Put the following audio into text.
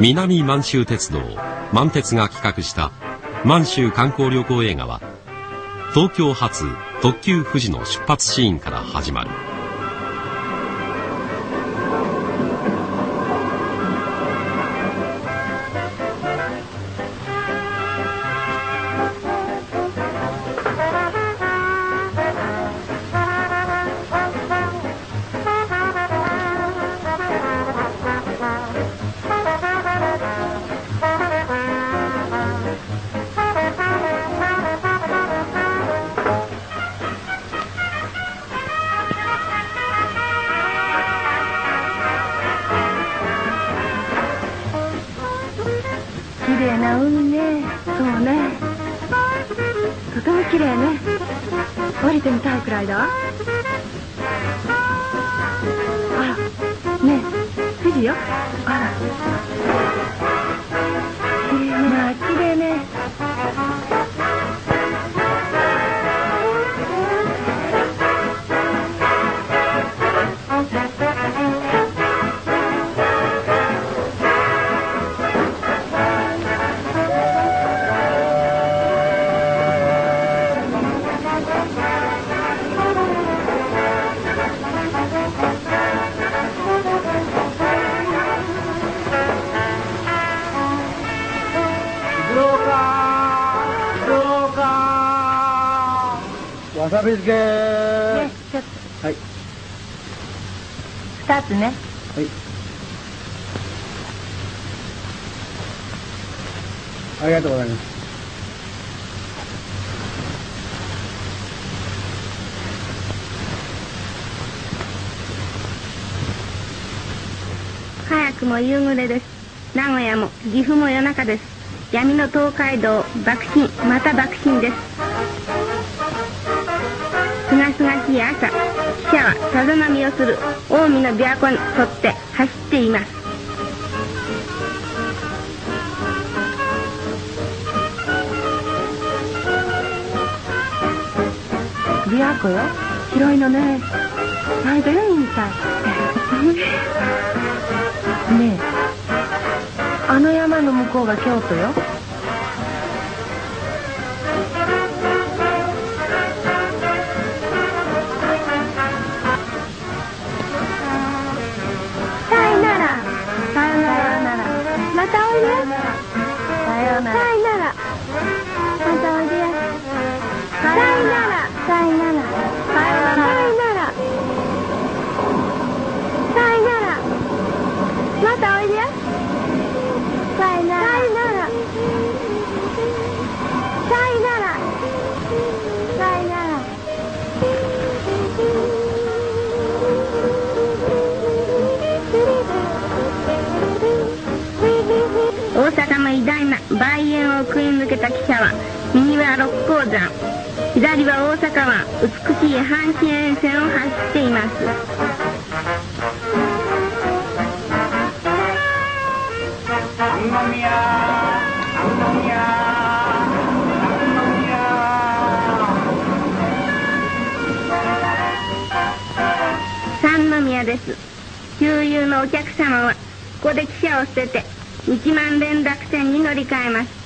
南満州鉄道満鉄が企画した満州観光旅行映画は、東京発特急富士の出発シーンから始まる。 綺麗な海ね。そうね、とても綺麗ね。降りてみたいくらいだわ。あらねえ、富士よ。あら綺麗ね。まあ綺麗ね。 わさび漬けね、ちょっと。 はい。 2つね。 はい。ありがとうございます。 早くも夕暮れです。名古屋も岐阜も夜中です。闇の東海道、爆心、また爆心です。すがすがしい朝、汽車はさざ波をする近江の琵琶湖に沿って走っています。 琵琶湖よ。広いのね。まるで海みたい。ねえ、あの山の向こうが京都よ。 さよなら。 さよなら。 またおいで。 さよなら。 さよなら。またおいで。さよなら。さよなら。さよなら。さよなら。さよなら。またおいで。さよなら。さよなら。さよなら。さよなら。大阪の偉大な梅園をくり抜けた汽車は、右は六甲山、左は大阪湾、美しい阪神沿線を走っています。 三宮、三宮、 三宮です。周遊のお客様はここで汽車を捨てて日満連絡船に乗り換えます。